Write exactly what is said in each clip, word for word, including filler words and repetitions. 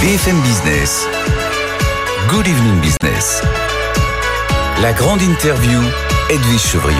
B F M Business. Good Evening Business. La grande interview, Edwige Chevrillon.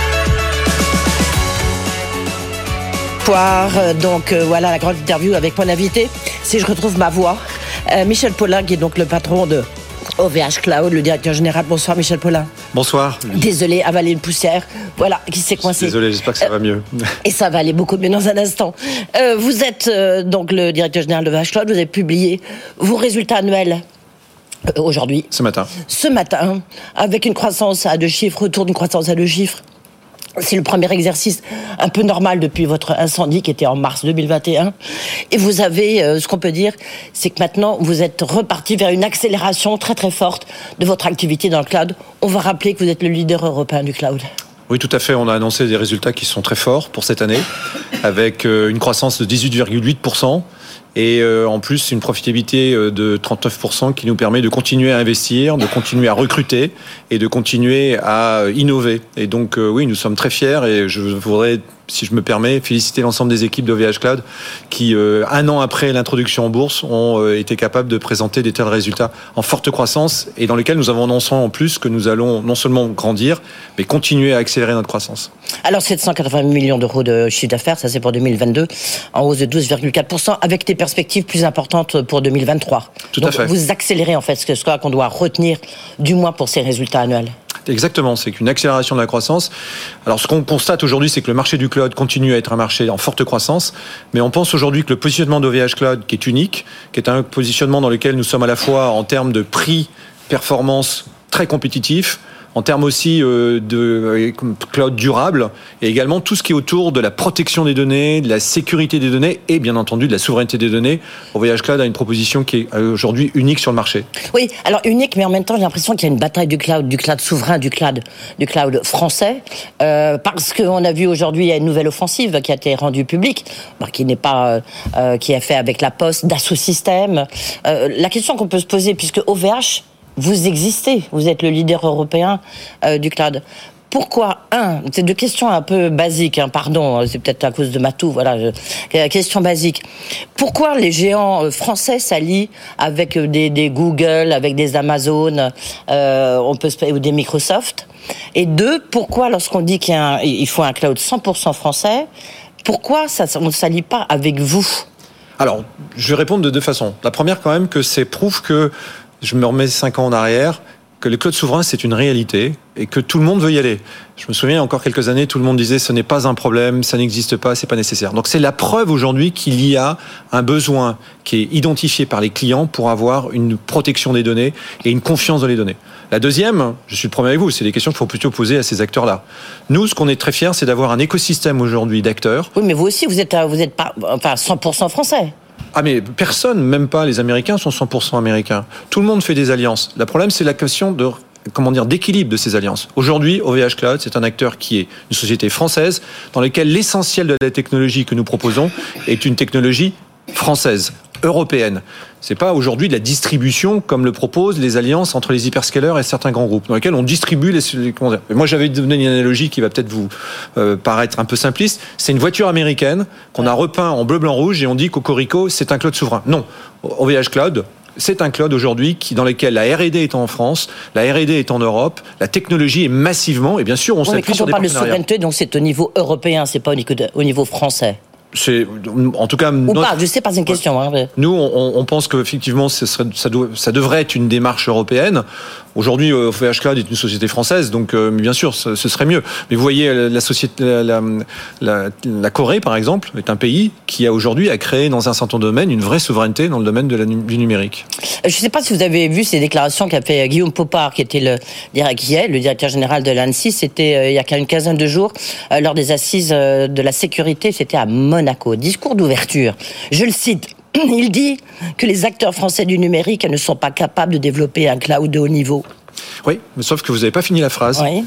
Donc euh, voilà la grande interview avec mon invité. Si je retrouve ma voix, euh, Michel Paulin, qui est donc le patron de O V H Cloud, le directeur général. Bonsoir Michel Paulin. Bonsoir. Désolé, avaler une poussière. Voilà, qui s'est coincé. Désolé, j'espère que ça va mieux. Et ça va aller beaucoup mieux dans un instant. Euh, vous êtes euh, donc le directeur général de O V H Cloud. Vous avez publié vos résultats annuels euh, aujourd'hui. Ce matin. Ce matin, avec une croissance à deux chiffres, retour d'une croissance à deux chiffres. C'est le premier exercice un peu normal depuis votre incendie qui était en mars deux mille vingt et un. Et vous avez, euh, ce qu'on peut dire, c'est que maintenant, vous êtes reparti vers une accélération très très forte de votre activité dans le cloud. On va rappeler que vous êtes le leader européen du cloud. Oui, tout à fait. On a annoncé des résultats qui sont très forts pour cette année, avec euh, une croissance de dix-huit virgule huit pour cent. Et euh, en plus, une profitabilité de trente-neuf pour cent qui nous permet de continuer à investir, de continuer à recruter et de continuer à innover. Et donc, euh, oui, nous sommes très fiers et je voudrais, si je me permets, féliciter l'ensemble des équipes d'O V H Cloud qui, euh, un an après l'introduction en bourse, ont euh, été capables de présenter des tels résultats en forte croissance et dans lesquels nous avons annoncé en plus que nous allons non seulement grandir, mais continuer à accélérer notre croissance. Alors, sept cent quatre-vingts millions d'euros de chiffre d'affaires, ça c'est pour deux mille vingt-deux, en hausse de douze virgule quatre pour cent, avec des perspectives plus importantes pour deux mille vingt-trois. Tout Donc, à fait. Vous accélérez en fait ce qu'on doit retenir, du moins pour ces résultats annuels. Exactement, c'est qu'une accélération de la croissance. Alors, ce qu'on constate aujourd'hui, c'est que le marché du cloud continue à être un marché en forte croissance, mais on pense aujourd'hui que le positionnement d'O V H Cloud, qui est unique, qui est un positionnement dans lequel nous sommes à la fois en termes de prix, performance très compétitif, en termes aussi euh, de euh, cloud durable, et également tout ce qui est autour de la protection des données, de la sécurité des données et bien entendu de la souveraineté des données. O V H Cloud a une proposition qui est euh, aujourd'hui unique sur le marché. Oui, alors unique, mais en même temps j'ai l'impression qu'il y a une bataille du cloud, du cloud souverain, du cloud, du cloud français, euh, parce qu'on a vu aujourd'hui il y a une nouvelle offensive qui a été rendue publique, qui n'est pas, euh, qui est faite avec la Poste, Dassault Systèmes. Euh, la question qu'on peut se poser, puisque O V H vous existez, vous êtes le leader européen euh, du cloud. Pourquoi, un, c'est deux questions un peu basiques, hein, pardon, c'est peut-être à cause de ma toux, voilà, je, question basique. Pourquoi les géants français s'allient avec des, des Google, avec des Amazon, euh, on peut se, ou des Microsoft? Et deux, pourquoi lorsqu'on dit qu'il y a un, il faut un cloud cent pour cent français, pourquoi ça, on ne s'allie pas avec vous? Alors, je vais répondre de deux façons. La première, quand même, que c'est prouve que je me remets cinq ans en arrière, que le cloud souverain, c'est une réalité et que tout le monde veut y aller. Je me souviens, il y a encore quelques années, tout le monde disait ce n'est pas un problème, ça n'existe pas, c'est pas nécessaire. Donc c'est la preuve aujourd'hui qu'il y a un besoin qui est identifié par les clients pour avoir une protection des données et une confiance dans les données. La deuxième, je suis le premier avec vous, c'est des questions qu'il faut plutôt poser à ces acteurs-là. Nous, ce qu'on est très fiers, c'est d'avoir un écosystème aujourd'hui d'acteurs. Oui, mais vous aussi, vous êtes, vous êtes pas, enfin, cent pour cent français. Ah mais personne, même pas les Américains, sont cent pour cent américains. Tout le monde fait des alliances. Le problème, c'est la question de, comment dire, d'équilibre de ces alliances. Aujourd'hui, O V H Cloud, c'est un acteur qui est une société française dans laquelle l'essentiel de la technologie que nous proposons est une technologie française, européenne. C'est pas aujourd'hui de la distribution comme le proposent les alliances entre les hyperscalers et certains grands groupes dans lesquels on distribue les. les comment dire. Moi, j'avais donné une analogie qui va peut-être vous euh, paraître un peu simpliste. C'est une voiture américaine qu'on a repeint en bleu, blanc, rouge et on dit Cocorico, c'est un cloud souverain. Non, O V H Cloud. C'est un cloud aujourd'hui qui, dans lequel la R et D est en France, la R et D est en Europe, la technologie est massivement, et bien sûr, on oui, s'appuie sur des partenariats. Quand on parle de souveraineté, donc c'est au niveau européen, c'est pas au niveau français. C'est, en tout cas, ou notre... pas, je sais pas, c'est une question. Hein. Nous, on, on pense qu'effectivement, ce serait, ça, doit, ça devrait être une démarche européenne. Aujourd'hui, O V H Cloud est une société française, donc euh, bien sûr, ce, ce serait mieux. Mais vous voyez, la, société, la, la, la, la Corée, par exemple, est un pays qui a aujourd'hui à créer dans un certain domaine une vraie souveraineté dans le domaine de la, du numérique. Je ne sais pas si vous avez vu ces déclarations qu'a fait Guillaume Popard, qui était le, qui est le directeur général de l'ANSSI. C'était euh, il y a une quinzaine de jours, euh, lors des assises euh, de la sécurité. C'était à Monaco. Discours d'ouverture. Je le cite. Il dit que les acteurs français du numérique ne sont pas capables de développer un cloud de haut niveau. Oui, mais sauf que vous n'avez pas fini la phrase oui.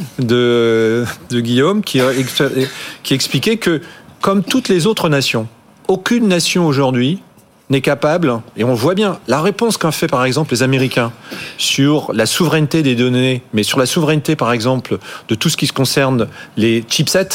de, de Guillaume qui, qui expliquait que, comme toutes les autres nations, aucune nation aujourd'hui n'est capable, et on voit bien, la réponse qu'ont fait par exemple les Américains sur la souveraineté des données, mais sur la souveraineté par exemple de tout ce qui se concerne les chipsets,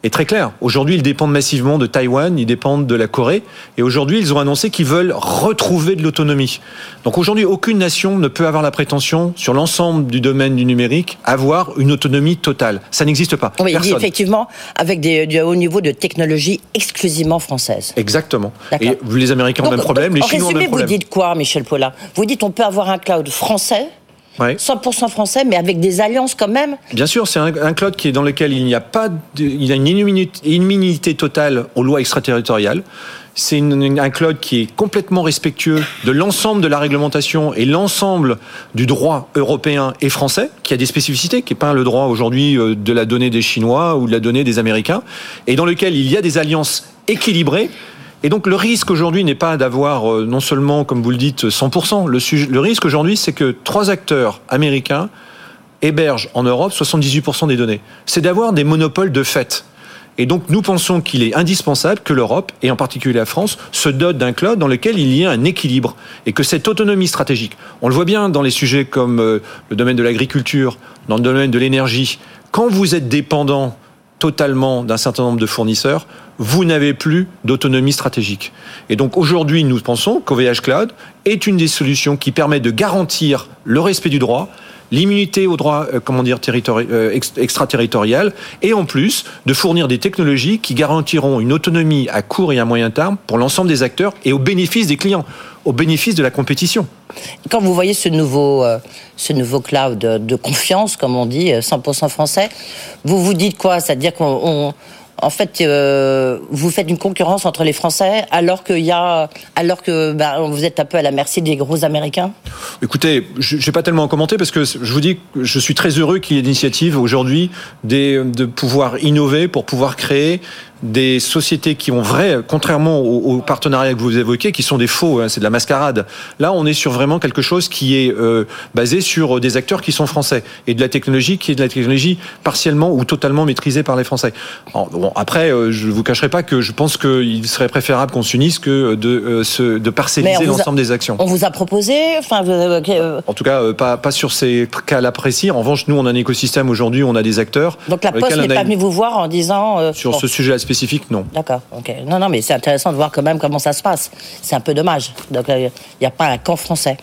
est très clair. Aujourd'hui, ils dépendent massivement de Taïwan, ils dépendent de la Corée, et aujourd'hui, ils ont annoncé qu'ils veulent retrouver de l'autonomie. Donc aujourd'hui, aucune nation ne peut avoir la prétention, sur l'ensemble du domaine du numérique, avoir une autonomie totale. Ça n'existe pas. Oui, Personne. Il dit effectivement, avec des, du haut niveau de technologie exclusivement française. Exactement. D'accord. Et les Américains donc, ont le même problème, donc, les Chinois ont le même problème. En résumé, vous dites quoi, Michel Paulin ? Vous dites on peut avoir un cloud français, Ouais. cent pour cent français, mais avec des alliances quand même. Bien sûr, c'est un, un cloud qui est dans lequel il n'y a pas, de, il y a une immunité, immunité totale aux lois extraterritoriales. C'est une, un cloud qui est complètement respectueux de l'ensemble de la réglementation et l'ensemble du droit européen et français, qui a des spécificités, qui n'est pas le droit aujourd'hui de la donnée des Chinois ou de la donnée des Américains, et dans lequel il y a des alliances équilibrées. Et donc le risque aujourd'hui n'est pas d'avoir euh, non seulement, comme vous le dites, cent pour cent. Le, sujet, le risque aujourd'hui, c'est que trois acteurs américains hébergent en Europe soixante-dix-huit pour cent des données. C'est d'avoir des monopoles de fait. Et donc nous pensons qu'il est indispensable que l'Europe, et en particulier la France, se dote d'un cloud dans lequel il y ait un équilibre. Et que cette autonomie stratégique, on le voit bien dans les sujets comme euh, le domaine de l'agriculture, dans le domaine de l'énergie, quand vous êtes dépendant totalement d'un certain nombre de fournisseurs, vous n'avez plus d'autonomie stratégique. Et donc aujourd'hui, nous pensons qu'O V H Cloud est une des solutions qui permet de garantir le respect du droit, l'immunité au droit, euh, comment dire, territori- euh, extraterritorial, et en plus de fournir des technologies qui garantiront une autonomie à court et à moyen terme pour l'ensemble des acteurs et au bénéfice des clients, au bénéfice de la compétition. Quand vous voyez ce nouveau, euh, ce nouveau cloud de, de confiance, comme on dit, cent pour cent français, vous vous dites quoi ? C'est-à-dire qu'on... On, en fait, euh, vous faites une concurrence entre les Français alors qu'il y a, alors que bah, vous êtes un peu à la merci des gros Américains. Écoutez, je ne vais pas tellement en commenter parce que je vous dis que je suis très heureux qu'il y ait l'initiative aujourd'hui des, de pouvoir innover pour pouvoir créer des sociétés qui ont vrai, contrairement aux, aux partenariats que vous évoquez, qui sont des faux, hein, c'est de la mascarade. Là, on est sur vraiment quelque chose qui est euh, basé sur des acteurs qui sont français et de la technologie qui est de la technologie partiellement ou totalement maîtrisée par les Français. Alors, bon, après, euh, je vous cacherai pas que je pense qu'il serait préférable qu'on s'unisse que de euh, se, de parcelliser l'ensemble a, des actions. On vous a proposé, enfin, euh, euh... en tout cas, euh, pas pas sur ces cas-là précis. En revanche, nous, on a un écosystème aujourd'hui, on a des acteurs. Donc la Poste n'est pas venue vous voir en disant euh, sur bon. ce sujet-là spécifique, non. D'accord, ok. Non, non, mais c'est intéressant de voir quand même comment ça se passe. C'est un peu dommage. Donc, il n'y a pas un camp français.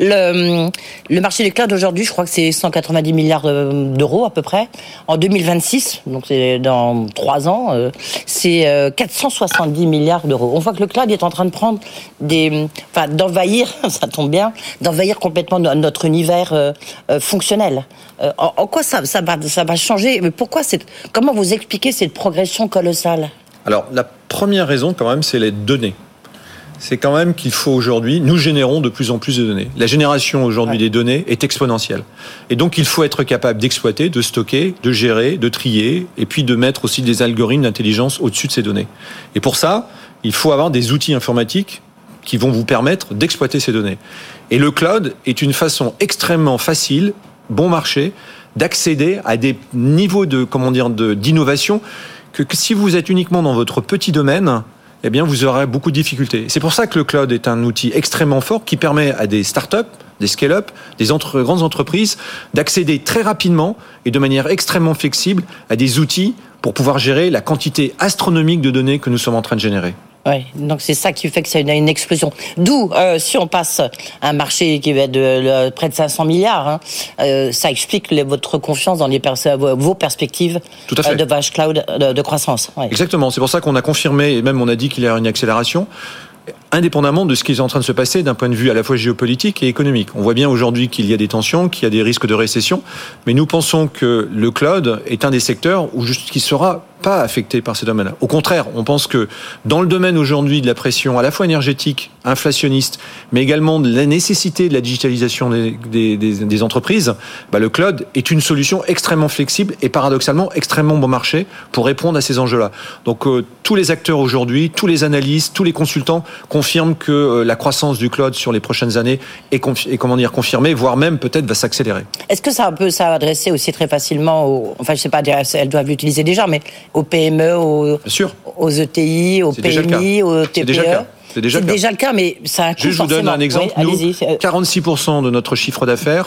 Le, le marché du cloud aujourd'hui, je crois que c'est cent quatre-vingt-dix milliards d'euros à peu près. En deux mille vingt-six, donc c'est dans trois ans, euh, c'est euh, quatre cent soixante-dix milliards d'euros. On voit que le cloud est en train de prendre des, enfin, d'envahir, ça tombe bien, d'envahir complètement notre univers euh, euh, fonctionnel. Euh, en, en quoi ça, ça va, ça va changer ? Mais pourquoi cette, comment vous expliquez cette progression colossale ? Alors, la première raison, quand même, c'est les données. C'est quand même qu'il faut aujourd'hui, nous générons de plus en plus de données. La génération aujourd'hui ouais. des données est exponentielle. Et donc, il faut être capable d'exploiter, de stocker, de gérer, de trier, et puis de mettre aussi des algorithmes d'intelligence au-dessus de ces données. Et pour ça, il faut avoir des outils informatiques qui vont vous permettre d'exploiter ces données. Et le cloud est une façon extrêmement facile, bon marché, d'accéder à des niveaux de, comment dire, de, d'innovation que, que si vous êtes uniquement dans votre petit domaine, eh bien, vous aurez beaucoup de difficultés. C'est pour ça que le cloud est un outil extrêmement fort qui permet à des startups, des scale-up, des entre, grandes entreprises d'accéder très rapidement et de manière extrêmement flexible à des outils pour pouvoir gérer la quantité astronomique de données que nous sommes en train de générer. Oui, donc c'est ça qui fait que c'est une, une explosion. D'où, euh, si on passe un marché qui va être de, de près de cinq cents milliards, hein, euh, ça explique les, votre confiance dans les pers- vos perspectives Tout à fait. de O V H Cloud de, de croissance. Ouais. Exactement, c'est pour ça qu'on a confirmé, et même on a dit qu'il y a une accélération, indépendamment de ce qui est en train de se passer d'un point de vue à la fois géopolitique et économique. On voit bien aujourd'hui qu'il y a des tensions, qu'il y a des risques de récession, mais nous pensons que le cloud est un des secteurs où juste, qui sera pas affecté par ces domaines-là. Au contraire, on pense que dans le domaine aujourd'hui de la pression à la fois énergétique, inflationniste, mais également de la nécessité de la digitalisation des, des, des, des entreprises, bah le cloud est une solution extrêmement flexible et paradoxalement extrêmement bon marché pour répondre à ces enjeux-là. Donc euh, tous les acteurs aujourd'hui, tous les analystes, tous les consultants confirment que euh, la croissance du cloud sur les prochaines années est, confi- est comment dire, confirmée, voire même peut-être va s'accélérer. Est-ce que ça peut s'adresser aussi très facilement aux, enfin je sais pas, elles doivent l'utiliser déjà, mais aux P M E, aux, aux E T I, aux P M I, aux T P E. C'est déjà le cas. C'est déjà, c'est le, déjà cas. le cas, mais ça a un coût. Je vous donne un exemple. Oui, nous, quarante-six pour cent de notre chiffre d'affaires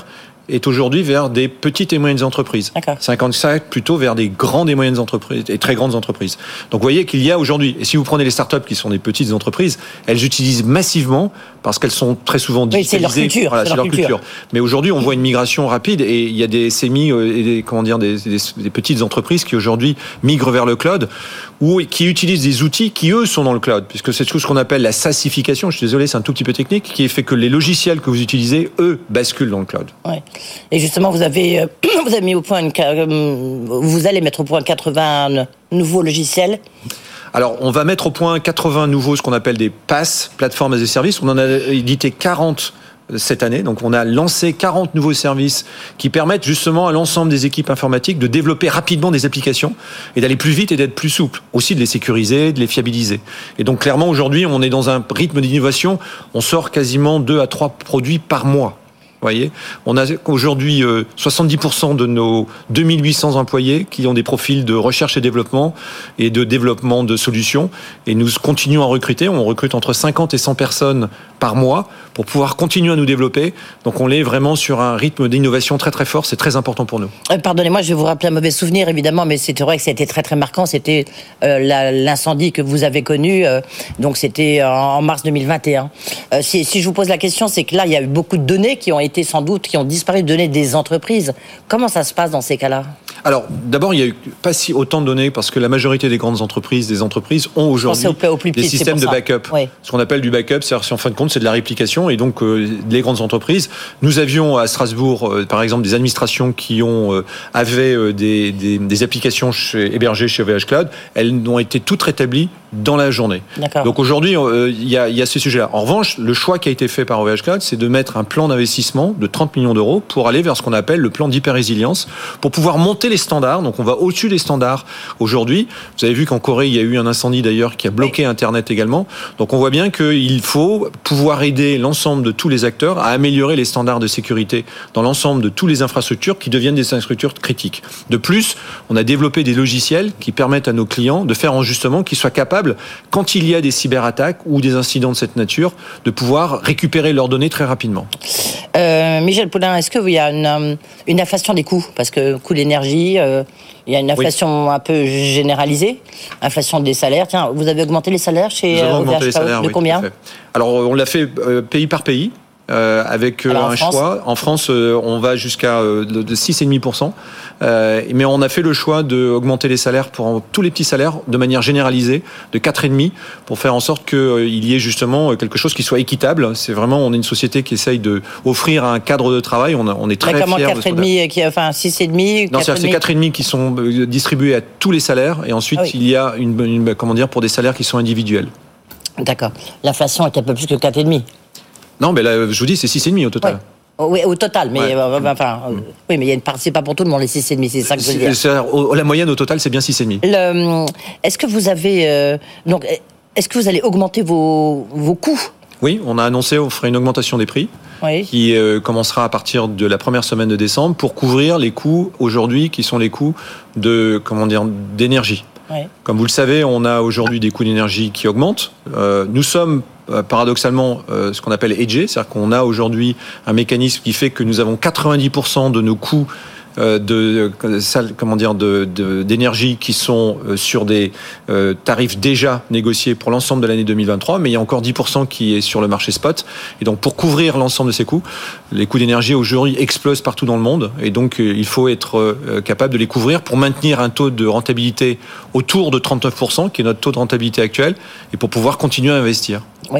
est aujourd'hui vers des petites et moyennes entreprises. D'accord. cinquante-cinq plutôt vers des grandes et moyennes entreprises et très grandes entreprises. Donc vous voyez qu'il y a aujourd'hui, et si vous prenez les startups qui sont des petites entreprises, elles utilisent massivement parce qu'elles sont très souvent digitalisées. Oui, c'est leur culture. Voilà, c'est c'est leur leur culture. culture. Mais aujourd'hui, on voit une migration rapide et il y a des S M I et des, comment dire, des, des, des petites entreprises qui aujourd'hui migrent vers le cloud ou qui utilisent des outils qui eux sont dans le cloud, puisque c'est tout ce qu'on appelle la SaaSification. Je suis désolé, c'est un tout petit peu technique, qui fait que les logiciels que vous utilisez, eux, basculent dans le cloud. Ouais. Et justement, vous avez, euh, vous avez mis au point, une, euh, vous allez mettre au point quatre-vingts nouveaux logiciels. Alors, on va mettre au point quatre-vingts nouveaux, ce qu'on appelle des P A S, plateformes as a service. On en a édité quarante cette année. Donc, on a lancé quarante nouveaux services qui permettent justement à l'ensemble des équipes informatiques de développer rapidement des applications et d'aller plus vite et d'être plus souple. Aussi de les sécuriser, de les fiabiliser. Et donc, clairement, aujourd'hui, on est dans un rythme d'innovation. On sort quasiment deux à trois produits par mois. Vous voyez, on a aujourd'hui euh, soixante-dix pour cent de nos deux mille huit cents employés qui ont des profils de recherche et développement et de développement de solutions. Et nous continuons à recruter. On recrute entre cinquante et cent personnes par mois pour pouvoir continuer à nous développer. Donc on est vraiment sur un rythme d'innovation très très fort. C'est très important pour nous. Euh, pardonnez-moi, je vais vous rappeler un mauvais souvenir évidemment, mais c'est vrai que c'était très très marquant. C'était euh, la, l'incendie que vous avez connu. Euh, donc c'était en mars deux mille vingt et un. Euh, si, si je vous pose la question, c'est que là il y a eu beaucoup de données qui ont été sans doute, qui ont disparu de données des entreprises. Comment ça se passe dans ces cas-là ? Alors, d'abord, il n'y a eu pas si autant de données parce que la majorité des grandes entreprises, des entreprises ont aujourd'hui au, au plus des petit, systèmes de backup. Oui. Ce qu'on appelle du backup, c'est-à-dire, en fin de compte, c'est de la réplication. Et donc, euh, les grandes entreprises, nous avions à Strasbourg, euh, par exemple, des administrations qui ont euh, avaient euh, des, des, des applications chez, hébergées chez O V H Cloud. Elles ont été toutes rétablies dans la journée. D'accord. Donc aujourd'hui, il euh, y, a, y a ce sujet-là. En revanche, le choix qui a été fait par O V H Cloud, c'est de mettre un plan d'investissement de trente millions d'euros pour aller vers ce qu'on appelle le plan d'hyper-résilience, pour pouvoir monter les standards. Donc on va au-dessus des standards aujourd'hui. Vous avez vu qu'en Corée, il y a eu un incendie d'ailleurs qui a bloqué oui. Internet également. Donc on voit bien qu'il faut pouvoir aider l'ensemble de tous les acteurs à améliorer les standards de sécurité dans l'ensemble de toutes les infrastructures qui deviennent des infrastructures critiques. De plus, on a développé des logiciels qui permettent à nos clients de faire un ajustement qui soit capable, quand il y a des cyberattaques ou des incidents de cette nature, de pouvoir récupérer leurs données très rapidement. Euh, Michel Poulain, est-ce qu'il y a une, une inflation des coûts ? Parce que coût de l'énergie, euh, il y a une inflation oui. un peu généralisée, inflation des salaires. Tiens, vous avez augmenté les salaires chez O V H Cloud salaires, de oui, combien ? Alors, on l'a fait euh, pays par pays. Euh, avec euh, Alors, un France, choix. En France, euh, on va jusqu'à euh, de six virgule cinq pour cent. Euh, mais on a fait le choix d'augmenter les salaires pour tous les petits salaires de manière généralisée de quatre virgule cinq pour faire en sorte qu'il euh, y ait justement quelque chose qui soit équitable. C'est vraiment, on est une société qui essaye de offrir un cadre de travail. On, a, on est très fiers de quatre virgule cinq, qui, enfin six virgule cinq. Non, c'est quatre virgule cinq qui sont distribués à tous les salaires. Et ensuite, ah oui. il y a une, une, comment dire, pour des salaires qui sont individuels. D'accord. L'inflation est un peu plus que quatre virgule cinq. Non, mais là, je vous dis, c'est six virgule cinq au total. Ouais. Oui, au total, mais ouais. euh, enfin, euh, oui, mais il y a une part, c'est pas pour tout le monde les six virgule cinq, c'est ça que je veux dire. C'est, la moyenne au total, c'est bien six virgule cinq. Le, est-ce que vous avez euh, donc, est-ce que vous allez augmenter vos vos coûts ? Oui, on a annoncé, on ferait une augmentation des prix oui. qui euh, commencera à partir de la première semaine de décembre pour couvrir les coûts aujourd'hui qui sont les coûts de comment dire d'énergie. Oui. Comme vous le savez, on a aujourd'hui des coûts d'énergie qui augmentent. Euh, nous sommes euh, paradoxalement euh, ce qu'on appelle hedgés, c'est-à-dire qu'on a aujourd'hui un mécanisme qui fait que nous avons quatre-vingt-dix pour cent de nos coûts euh, de, de comment dire de, de d'énergie qui sont euh, sur des euh, tarifs déjà négociés pour l'ensemble de l'année deux mille vingt-trois, mais il y a encore dix pour cent qui est sur le marché spot. Et donc pour couvrir l'ensemble de ces coûts, les coûts d'énergie aujourd'hui explosent partout dans le monde, et donc euh, il faut être euh, capable de les couvrir pour maintenir un taux de rentabilité autour de trente-neuf pour cent, qui est notre taux de rentabilité actuel, et pour pouvoir continuer à investir. Oui.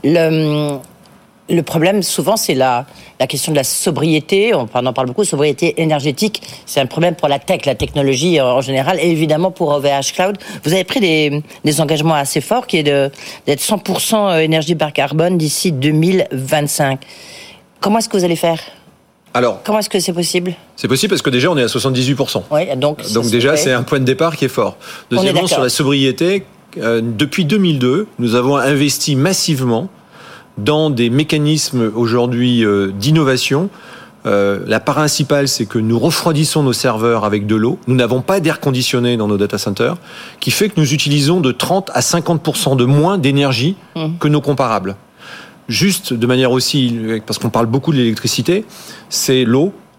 Le... Le problème, souvent, c'est la, la question de la sobriété. On en parle beaucoup, sobriété énergétique. C'est un problème pour la tech, la technologie en général, et évidemment pour O V H Cloud. Vous avez pris des, des engagements assez forts, qui est de, d'être cent pour cent énergie bas carbone d'ici deux mille vingt-cinq. Comment est-ce que vous allez faire ? Alors, comment est-ce que c'est possible ? C'est possible parce que déjà, on est à soixante-dix-huit pour cent. Oui, donc, donc déjà, c'est un point de départ qui est fort. Deuxièmement, sur la sobriété, euh, depuis deux mille deux, nous avons investi massivement dans des mécanismes aujourd'hui euh, d'innovation. Euh, la part principale, c'est que nous refroidissons nos serveurs avec de l'eau. Nous n'avons pas d'air conditionné dans nos data centers, qui fait que nous utilisons de trente à cinquante pour cent de moins d'énergie mmh. que nos comparables. Juste de manière aussi, parce qu'on parle beaucoup de l'électricité, c'est l'eau.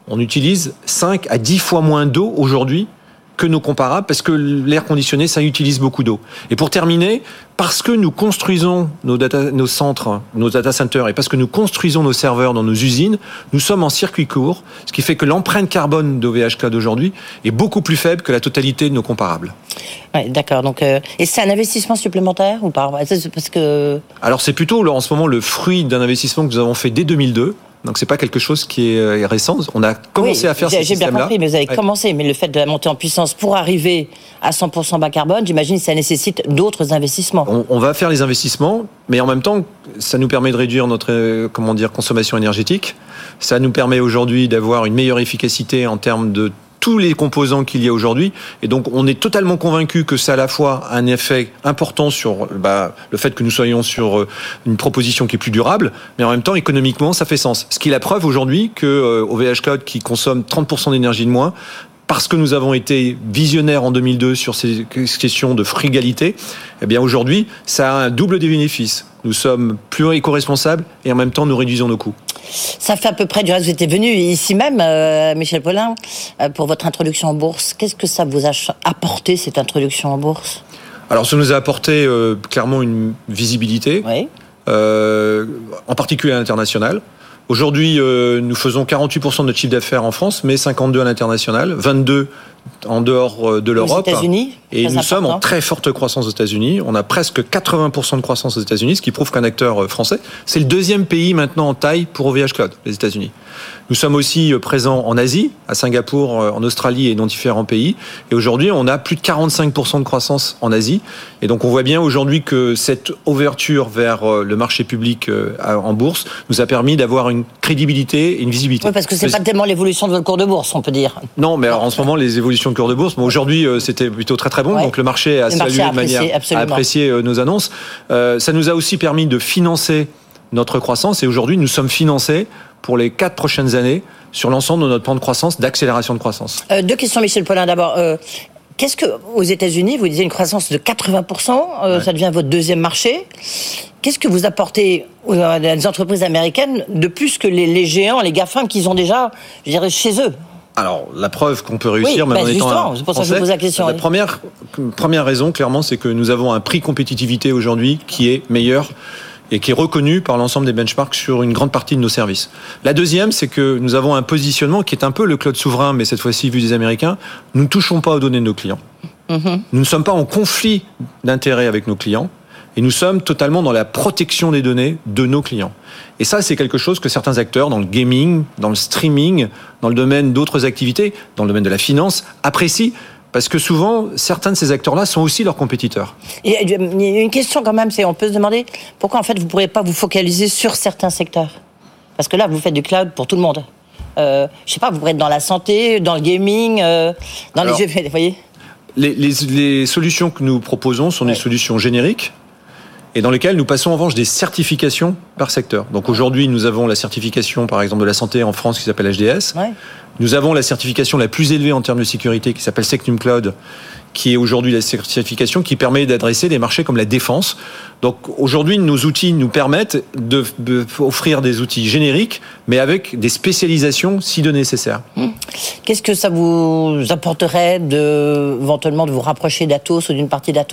on utilise cinq à dix fois moins d'eau aujourd'hui que nos comparables, parce que l'air conditionné, ça utilise beaucoup d'eau. Et pour terminer, parce que nous construisons nos, data, nos centres, nos data centers, et parce que nous construisons nos serveurs dans nos usines, nous sommes en circuit court, ce qui fait que l'empreinte carbone d'O V H Cloud aujourd'hui est beaucoup plus faible que la totalité de nos comparables. Ouais, d'accord. Donc, euh, et c'est un investissement supplémentaire ou pas ? Parce que... Alors c'est plutôt en ce moment le fruit d'un investissement que nous avons fait dès deux mille deux. Donc c'est pas quelque chose qui est récent. On a commencé oui, à faire j'ai, ces j'ai systèmes-là. J'ai bien compris, mais vous avez ouais. commencé. Mais le fait de la montée en puissance pour arriver à cent pour cent bas carbone, j'imagine que ça nécessite d'autres investissements. On, on va faire les investissements, mais en même temps, ça nous permet de réduire notre euh, comment dire consommation énergétique. Ça nous permet aujourd'hui d'avoir une meilleure efficacité en termes de tous les composants qu'il y a aujourd'hui. Et donc, on est totalement convaincu que ça a à la fois un effet important sur bah, le fait que nous soyons sur une proposition qui est plus durable, mais en même temps, économiquement, ça fait sens. Ce qui est la preuve aujourd'hui que euh, O V H Cloud, qui consomme trente pour cent d'énergie de moins, parce que nous avons été visionnaires en deux mille deux sur ces questions de frugalité, eh bien aujourd'hui, ça a un double bénéfice. Nous sommes plus éco-responsables et en même temps, nous réduisons nos coûts. Ça fait à peu près, du reste, vous étiez venu ici même, euh, Michel Paulin, euh, pour votre introduction en bourse. Qu'est-ce que ça vous a apporté, cette introduction en bourse ? Alors, ça nous a apporté euh, clairement une visibilité, oui. euh, en particulier à l'international. Aujourd'hui, euh, nous faisons quarante-huit pour cent de notre chiffre d'affaires en France, mais cinquante-deux à l'international, vingt-deux en dehors de l'Europe. Aux États-Unis, et nous important. sommes en très forte croissance aux États-Unis. On a presque quatre-vingts pour cent de croissance aux États-Unis, ce qui prouve qu'un acteur français, c'est le deuxième pays maintenant en taille pour O V H Cloud, les États-Unis. Nous sommes aussi présents en Asie, à Singapour, en Australie et dans différents pays. Et aujourd'hui, on a plus de quarante-cinq pour cent de croissance en Asie. Et donc, on voit bien aujourd'hui que cette ouverture vers le marché public en bourse nous a permis d'avoir une crédibilité et une visibilité. Oui, parce que c'est mais... pas tellement l'évolution de votre cours de bourse, on peut dire. Non, mais alors, en ce moment, les évolutions de cours de bourse, mais aujourd'hui, c'était plutôt très très bon. Ouais. Donc, le marché a le salué marché de manière à apprécier nos annonces. Euh, ça nous a aussi permis de financer notre croissance. Et aujourd'hui, nous sommes financés pour les quatre prochaines années sur l'ensemble de notre plan de croissance, d'accélération de croissance. Euh, deux questions, Michel Paulin. D'abord, euh, qu'est-ce que, aux États-Unis, vous disiez une croissance de quatre-vingts pour cent, euh, ouais. Ça devient votre deuxième marché. Qu'est-ce que vous apportez aux entreprises américaines de plus que les, les géants, les GAFAM qu'ils ont déjà, je dirais, chez eux ? Alors, la preuve qu'on peut réussir, oui, même bah en étant c'est pour ça français, que je vous pose la question. La oui. première, première raison, clairement, c'est que nous avons un prix compétitivité aujourd'hui qui est meilleur et qui est reconnu par l'ensemble des benchmarks sur une grande partie de nos services. La deuxième, c'est que nous avons un positionnement qui est un peu le cloud souverain, mais cette fois-ci vu des Américains. Nous ne touchons pas aux données de nos clients. Mm-hmm. Nous ne sommes pas en conflit d'intérêts avec nos clients. Et nous sommes totalement dans la protection des données de nos clients. Et ça, c'est quelque chose que certains acteurs dans le gaming, dans le streaming, dans le domaine d'autres activités, dans le domaine de la finance, apprécient. Parce que souvent, certains de ces acteurs-là sont aussi leurs compétiteurs. Et il y a une question quand même, c'est on peut se demander pourquoi en fait vous ne pourriez pas vous focaliser sur certains secteurs. Parce que là, vous faites du cloud pour tout le monde. Euh, je ne sais pas, vous pourrez être dans la santé, dans le gaming, euh, dans Alors, les jeux, vous voyez les, les, les solutions que nous proposons sont ouais. des solutions génériques et dans lesquelles nous passons en revanche des certifications par secteur. Donc aujourd'hui, nous avons la certification, par exemple, de la santé en France qui s'appelle H D S. Ouais. Nous avons la certification la plus élevée en termes de sécurité qui s'appelle Secnum Cloud, qui est aujourd'hui la certification qui permet d'adresser des marchés comme la défense. Donc aujourd'hui, nos outils nous permettent de, de offrir des outils génériques, mais avec des spécialisations si de nécessaire. Qu'est-ce que ça vous apporterait de, éventuellement de vous rapprocher d'Atos ou d'une partie d'Atos ?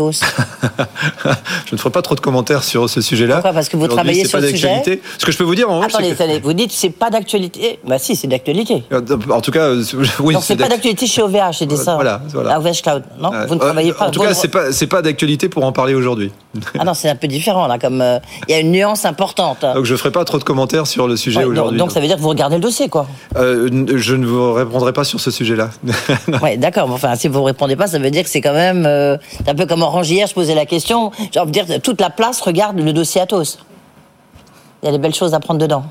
Je ne ferai pas trop de commentaires sur ce sujet-là. Pourquoi ? Parce que vous aujourd'hui, travaillez sur le sujet. Ce que je peux vous dire, en Attendez, c'est que... vous dites c'est pas d'actualité. Bah si, c'est d'actualité. En tout cas, oui. Donc c'est, c'est pas d'actualité chez O V H, j'ai dit ça. Voilà, voilà. À O V H Cloud, non ? euh, Vous ne travaillez pas. En tout cas, c'est pas c'est pas d'actualité pour en parler aujourd'hui. Ah non, c'est un peu différent là, comme il euh, y a une nuance importante. Donc je ferai pas trop de commentaires sur le sujet ouais, aujourd'hui. Donc, donc ça veut dire que vous regardez le dossier, quoi. Euh, je ne vous répondrai pas sur ce sujet-là. Oui, d'accord. Enfin, si vous ne répondez pas, ça veut dire que c'est quand même euh, un peu comme Orange hier. Je posais la question. J'ai envie de dire toute la place regarde le dossier Atos. Il y a des belles choses à prendre dedans.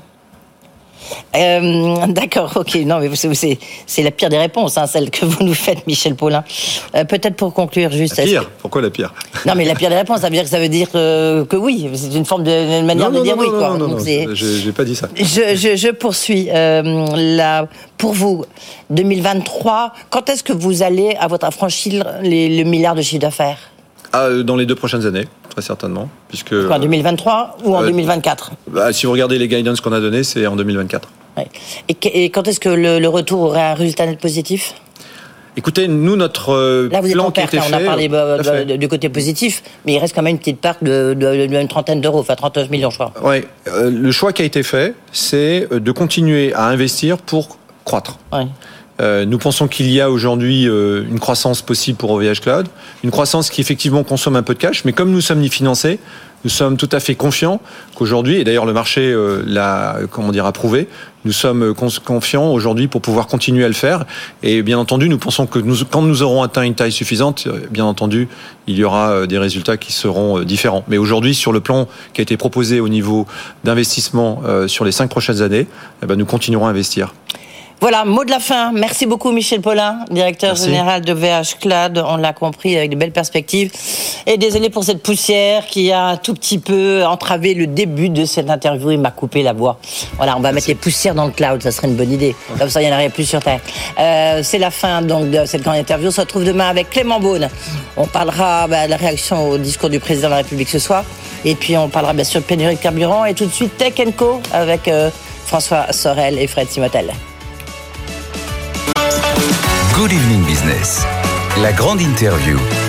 Euh, d'accord, ok. Non, mais c'est, c'est, c'est la pire des réponses, hein, celle que vous nous faites, Michel Paulin. Euh, peut-être pour conclure, juste. La pire que... Pourquoi la pire ? Non, mais la pire des réponses, ça veut dire que ça veut dire que, que oui. C'est une forme de une manière non, de dire non, oui, non, quoi. Non, non, Donc, non, c'est... j'ai, j'ai pas dit ça. Je, je, je poursuis. Euh, la, pour vous, deux mille vingt-trois, quand est-ce que vous allez à votre affranchir les, le milliard de chiffre d'affaires ? Ah, dans les deux prochaines années, très certainement. Puisque, en deux mille vingt-trois ou en euh, deux mille vingt-quatre ? bah, Si vous regardez les guidance qu'on a donnés, c'est en deux mille vingt-quatre. Ouais. Et, et quand est-ce que le, le retour aurait un résultat net positif ? Écoutez, nous, notre euh, là, vous êtes plan en perte, qui a été hein, fait... On a parlé euh, de, de, du côté positif, mais il reste quand même une petite part de, de, de une trentaine d'euros, enfin trente-neuf millions, je crois. Oui, euh, le choix qui a été fait, c'est de continuer à investir pour croître. Ouais. Euh, nous pensons qu'il y a aujourd'hui euh, une croissance possible pour O V H Cloud, une croissance qui effectivement consomme un peu de cash, mais comme nous sommes ni financés, nous sommes tout à fait confiants qu'aujourd'hui, et d'ailleurs le marché euh, l'a, comment dire, approuvé, nous sommes confiants aujourd'hui pour pouvoir continuer à le faire. Et bien entendu, nous pensons que nous, quand nous aurons atteint une taille suffisante, bien entendu, il y aura des résultats qui seront différents. Mais aujourd'hui, sur le plan qui a été proposé au niveau d'investissement euh, sur les cinq prochaines années, eh ben, nous continuerons à investir. Voilà, mot de la fin. Merci beaucoup Michel Paulin, directeur Merci. général de O V H Cloud. On l'a compris, avec de belles perspectives. Et désolé pour cette poussière qui a un tout petit peu entravé le début de cette interview. Il m'a coupé la voix. Voilà, on va Merci. mettre les poussières dans le cloud, ça serait une bonne idée. Comme ça, il n'y en aurait plus sur Terre. Euh, c'est la fin donc de cette grande interview. On se retrouve demain avec Clément Beaune. On parlera bah, de la réaction au discours du président de la République ce soir. Et puis on parlera bien sûr de pénurie de carburant. Et tout de suite Tech and Co avec euh, François Sorel et Fred Simotel. Good Evening Business, la grande interview.